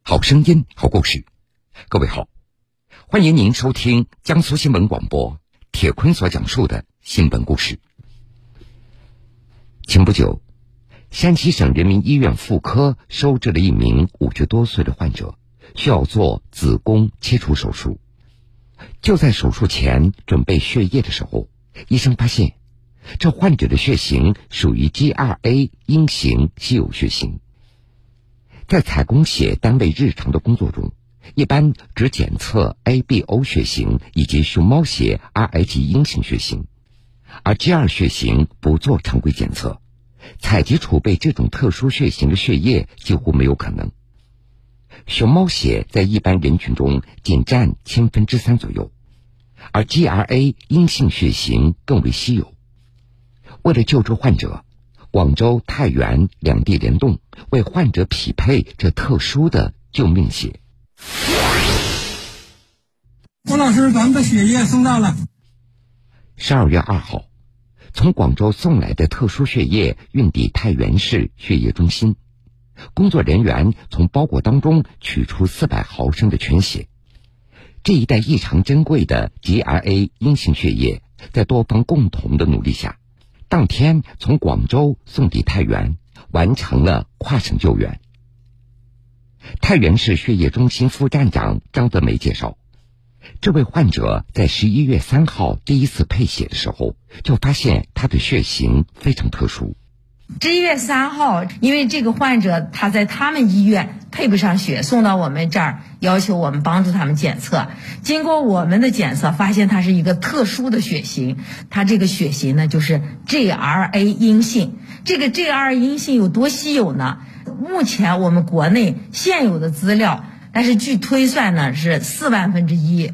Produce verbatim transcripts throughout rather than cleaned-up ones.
好声音，好故事。各位好，欢迎您收听江苏新闻广播铁坤所讲述的新闻故事。前不久，山西省人民医院妇科收治了一名五十多岁的患者，需要做子宫切除手术。就在手术前准备血液的时候，医生发现这患者的血型属于 G R A 阴型稀有血型。在采供血单位日常的工作中，一般只检测 A B O 血型以及熊猫血 R H 阴型血型，而 G 二 血型不做常规检测，采集储备这种特殊血型的血液几乎没有可能。熊猫血在一般人群中仅占千分之三左右，而 G R A 阴性血型更为稀有。为了救助患者，广州、太原两地联动，为患者匹配这特殊的救命血。 郭老师，咱们的血液送到了。 十二月二号，从广州送来的特殊血液运抵太原市血液中心，工作人员从包裹当中取出四百毫升的全血。这一袋异常珍贵的 G R A 阴型血液，在多方共同的努力下，当天从广州送抵太原，完成了跨省救援。太原市血液中心副站长张德梅介绍，这位患者在十一月三号第一次配血的时候，就发现他的血型非常特殊。 十一月三号，因为这个患者他在他们医院配不上血，送到我们这儿，要求我们帮助他们检测。经过我们的检测，发现他是一个特殊的血型，他这个血型呢就是 G R A 阴性。这个 G R A 阴性有多稀有呢？目前我们国内现有的资料，但是据推算呢是四万分之一。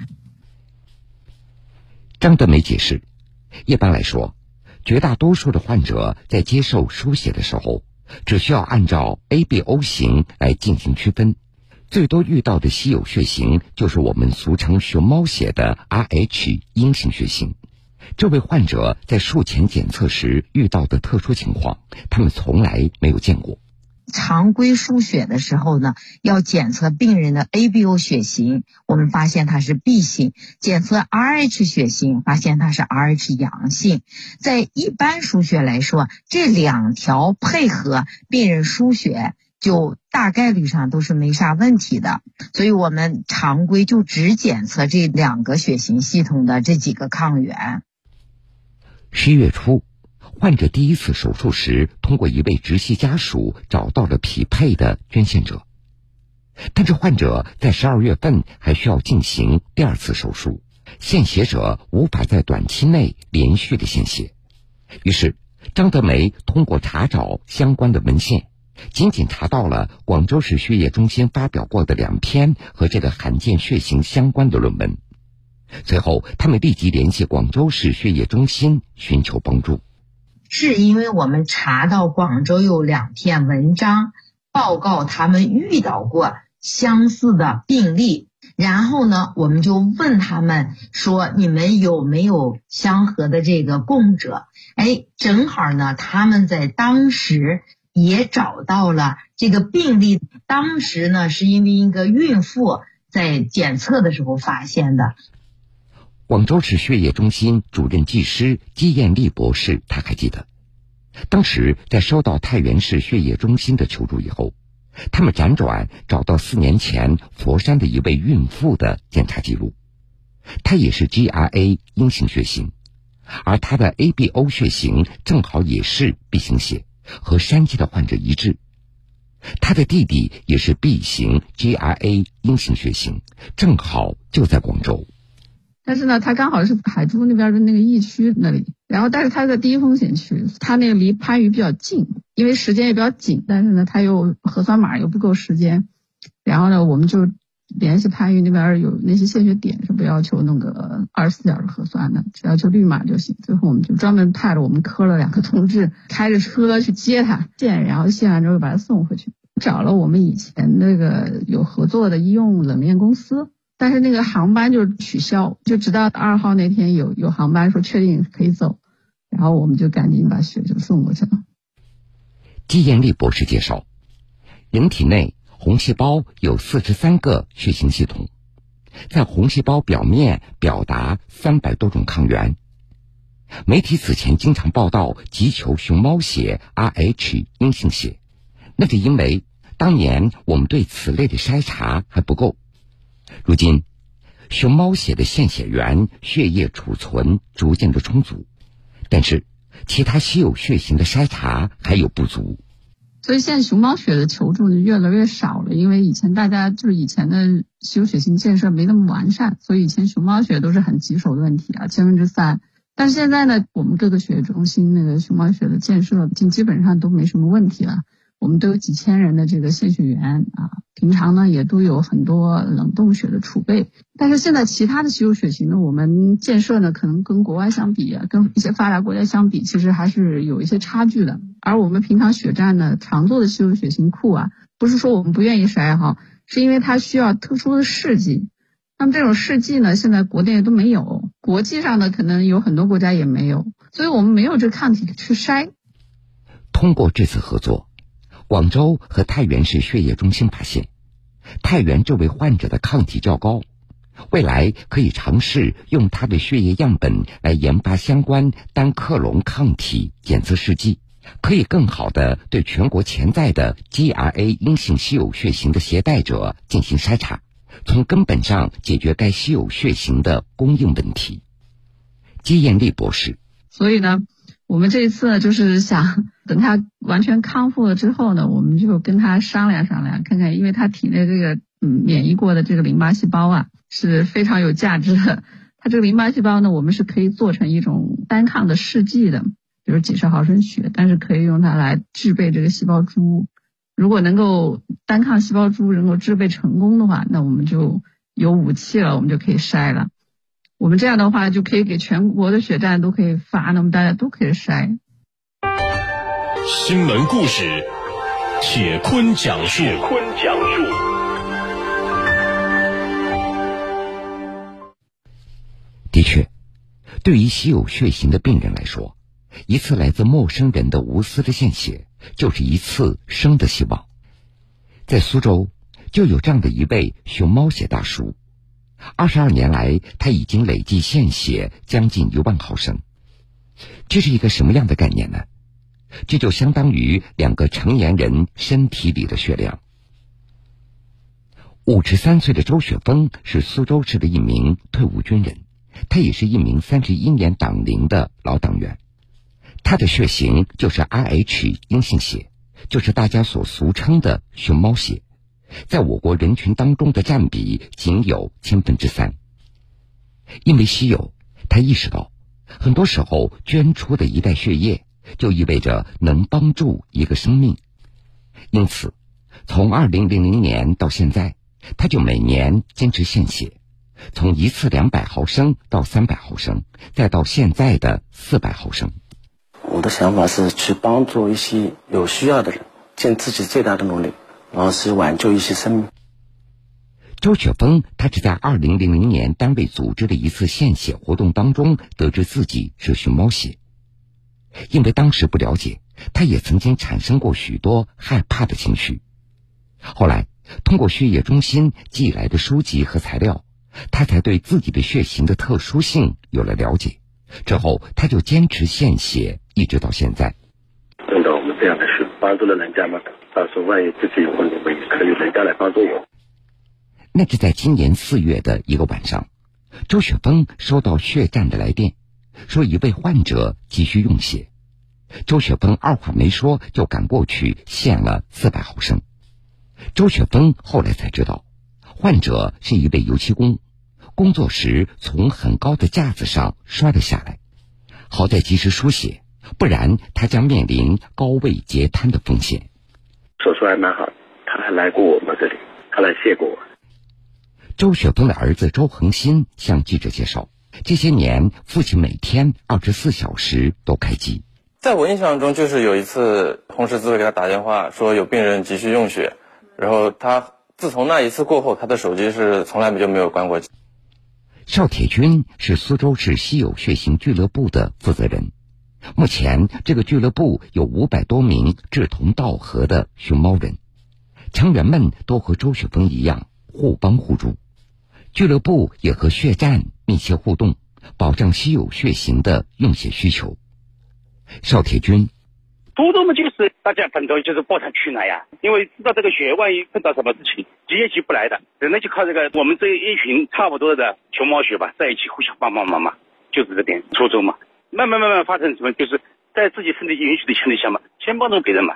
张德梅解释，一般来说，绝大多数的患者在接受输血的时候，只需要按照 A B O 型来进行区分，最多遇到的稀有血型就是我们俗称熊猫血的 R H 阴型血型。这位患者在术前检测时遇到的特殊情况，他们从来没有见过。 常规输血的时候呢，要检测病人的 A B O 血型，我们发现它是 B 型；检测 R H 血型，发现它是 R H 阳性。在一般输血来说，这两条配合病人输血，就大概率上都是没啥问题的。所以我们常规就只检测这两个血型系统的这几个抗原。 十一月初，患者第一次手术时，通过一位直系家属找到了匹配的捐献者，但是患者在十二月份还需要进行第二次手术，献血者无法在短期内连续的献血。于是张德梅通过查找相关的文献，仅仅查到了广州市血液中心发表过的两篇和这个罕见血型相关的论文。随后他们立即联系广州市血液中心寻求帮助。 是因为我们查到广州有两篇文章报告他们遇到过相似的病例，然后呢我们就问他们说，你们有没有相合的这个供者？哎，正好呢他们在当时也找到了这个病例，当时呢是因为一个孕妇在检测的时候发现的。 广州市血液中心主任技师姬艳丽博士他还记得，当时在收到太原市血液中心的求助以后，他们辗转找到四年前佛山的一位孕妇的检查记录，她也是 G R A 阴型血型，而她的 A B O 血型正好也是 B 型血，和山西的患者一致。她的弟弟也是 B 型 G R A 阴型血型，正好就在广州。 但是呢，他刚好是海珠那边的那个疫区那里，然后但是他在低风险区，他那个离番禺比较近，因为时间也比较紧，但是呢他又核酸码又不够时间，然后呢我们就联系番禺那边有那些献血点是不要求那个二十四小时核酸的，只要求绿码就行。最后我们就专门派了我们科了两个同志开着车去接他献，然后献完之后把他送回去，找了我们以前那个有合作的医用冷链公司。但是那个航班就是取消，就直到二号那天有有航班说确定可以走，然后我们就赶紧把血就送过去了。 姬艳丽博士介绍，人体内红细胞有四十三个血型系统，在红细胞表面表达三百多种抗原。媒体此前经常报道急求熊猫血 R H 阴性血，那是因为当年我们对此类的筛查还不够。如今熊猫血的献血源血液储存逐渐的充足，但是其他稀有血型的筛查还有不足。 所以现在熊猫血的求助就越来越少了，因为以前大家就是以前的稀有血型建设没那么完善，所以以前熊猫血都是很棘手的问题啊，千分之三。但是现在呢，我们各个血液中心那个熊猫血的建设已经基本上都没什么问题了。我们都有几千人的这个献血员啊，平常呢也都有很多冷冻血的储备。但是现在其他的稀有血型呢，我们建设呢可能跟国外相比啊，跟一些发达国家相比，其实还是有一些差距的。而我们平常血站呢常做的稀有血型库啊，不是说我们不愿意筛哈，是因为它需要特殊的试剂。那么这种试剂呢，现在国内都没有，国际上呢可能有很多国家也没有，所以我们没有这抗体去筛。 通过这次合作，广州和太原市血液中心发现，太原这位患者的抗体较高，未来可以尝试用他的血液样本来研发相关单克隆抗体检测试剂，可以更好地对全国潜在的 G R A 阴性稀有血型的携带者进行筛查，从根本上解决该稀有血型的供应问题。姬艳丽博士， 所以呢我们这一次呢，就是想等他完全康复了之后呢，我们就跟他商量商量，看看，因为他体内这个嗯免疫过的这个淋巴细胞啊是非常有价值的。他这个淋巴细胞呢，我们是可以做成一种单抗的试剂的，比如几十毫升血，但是可以用它来制备这个细胞株。如果能够单抗细胞株能够制备成功的话，那我们就有武器了，我们就可以筛了。我们这样的话就可以给全国的血站都可以发，那么大家都可以筛。 新闻故事，铁坤讲述。铁坤讲述。 的确，对于稀有血型的病人来说，一次来自陌生人的无私的献血，就是一次生的希望。在苏州，就有这样的一位熊猫血大叔。二十二年来，他已经累计献血将近一万毫升。这是一个什么样的概念呢？这就相当于两个成年人身体里的血量。五十三岁的周雪峰是苏州市的一名退伍军人，他也是一名三十一年党龄的老党员。他的血型就是 R H 阴性血，就是大家所俗称的熊猫血。在我国人群当中的占比仅有千分之三。因为稀有，他意识到，很多时候捐出的一袋血液，就意味着能帮助一个生命。因此，从二零零零年到现在，他就每年坚持献血，从一次两百毫升到三百毫升，再到现在的四百毫升。 我的想法是去帮助一些有需要的人，尽自己最大的努力。然后是挽救一些生命。 周雪峰他是在二零零零年单位组织的一次献血活动当中得知自己是熊猫血。因为当时不了解，他也曾经产生过许多害怕的情绪。后来通过血液中心寄来的书籍和材料，他才对自己的血型的特殊性有了了解。之后他就坚持献血，一直到现在。 碰到我们这样的事，帮助了人家嘛，到时候万一自己有问题，也可以人家来帮助我。 那是在今年四月的一个晚上，周雪峰收到血站的来电，说一位患者急需用血。周雪峰二话没说就赶过去献了四百毫升。周雪峰后来才知道，患者是一位油漆工，工作时从很高的架子上摔了下来，好在及时输血，不然他将面临高位截瘫的风险。 手术还蛮好，他还来过我们这里，他来谢过我。 周雪峰的儿子周恒新向记者介绍，这些年父亲每天二十四小时都开机。 在我印象中，就是有一次红十字会给他打电话说有病人急需用血，然后他自从那一次过后，他的手机是从来就没有关过。 邵铁军是苏州市稀有血型俱乐部的负责人，目前这个俱乐部有五百多名志同道合的熊猫人。 成员们都和周雪峰一样互帮互助，俱乐部也和血站密切互动，保障稀有血型的用血需求。邵铁军， 初衷嘛，就是大家奋斗，就是抱团取暖呀。因为知道这个血，万一碰到什么事情，急也急不来的，只能就靠这个我们这一群差不多的熊猫血吧，在一起互相帮帮忙嘛，就是这点初衷嘛。慢慢慢慢发展什么，就是在自己身体允许的前提下嘛，先帮助别人嘛。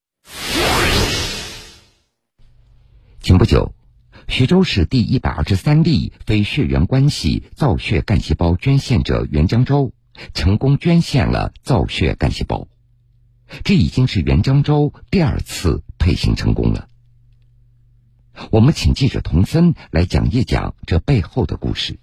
前不久，徐州市第一百二十三例非血缘关系造血干细胞捐献者袁江洲成功捐献了造血干细胞，这已经是袁江洲第二次配型成功了。我们请记者童森来讲一讲这背后的故事。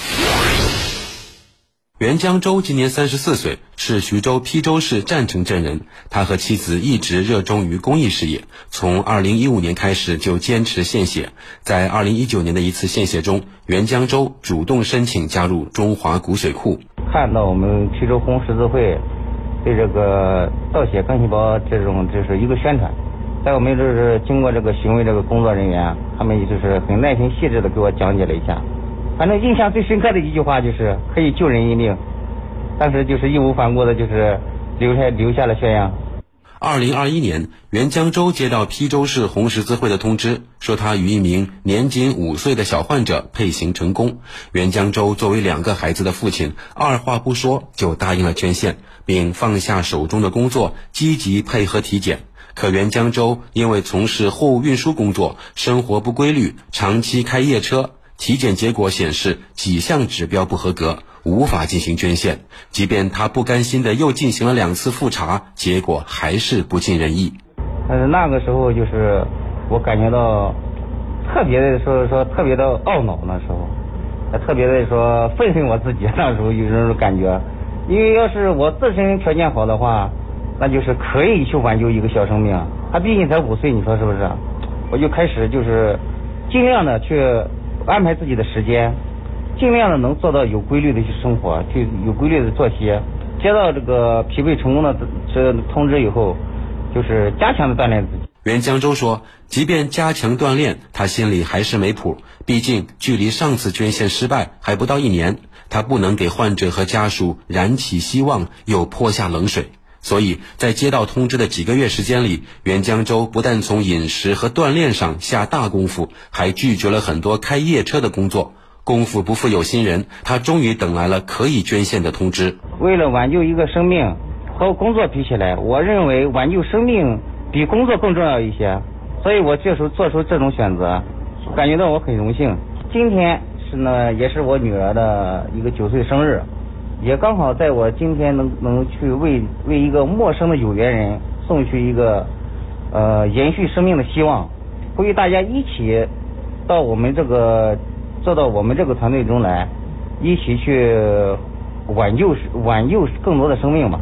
袁江洲今年三十四岁，是徐州邳州市占城镇人。他和妻子一直热衷于公益事业，从二零一五年开始就坚持献血。在二零一九年的一次献血中，袁江洲主动申请加入中华骨水库。 看到我们邳州红十字会对这个造血干细胞这种就是一个宣传，在我们就是经过这个询问这个工作人员，他们就是很耐心细致的给我讲解了一下。反正印象最深刻的一句话就是可以救人一命，当时就是义无反顾的，就是留下留下了宣扬。 二零二一年，袁江洲接到邳州市红十字会的通知，说他与一名年仅五岁的小患者配型成功。袁江洲作为两个孩子的父亲，二话不说就答应了捐献，并放下手中的工作，积极配合体检。可袁江洲因为从事货物运输工作，生活不规律，长期开夜车，体检结果显示几项指标不合格，无法进行捐献。即便他不甘心的又进行了两次复查，结果还是不尽人意。 但是那个时候就是我感觉到特别的说说特别的懊恼，那时候特别的说愤恨我自己，那时候有这种感觉。因为要是我自身条件好的话，那就是可以去挽救一个小生命。他毕竟才五岁，你说是不是？我就开始就是尽量的去安排自己的时间，尽量的能做到有规律的去生活，去有规律的作息。接到这个匹配成功的这通知以后，就是加强的锻炼自己。 袁江洲说，即便加强锻炼，他心里还是没谱，毕竟距离上次捐献失败还不到一年，他不能给患者和家属燃起希望又泼下冷水。所以在接到通知的几个月时间里，袁江洲不但从饮食和锻炼上下大功夫，还拒绝了很多开夜车的工作。功夫不负有心人，他终于等来了可以捐献的通知。 为了挽救一个生命，和工作比起来，我认为挽救生命比工作更重要一些，所以我这时候做出这种选择，感觉到我很荣幸。今天是呢，也是我女儿的一个九岁生日，也刚好在我今天能能去为为一个陌生的有缘人送去一个呃延续生命的希望，呼吁大家一起到我们这个做到我们这个团队中来，一起去挽救挽救更多的生命吧。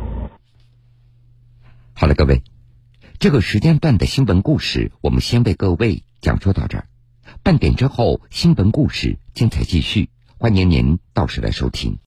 好了，各位，这个时间段的新闻故事我们先为各位讲述到这儿，半点之后新闻故事精彩继续，欢迎您到时来收听。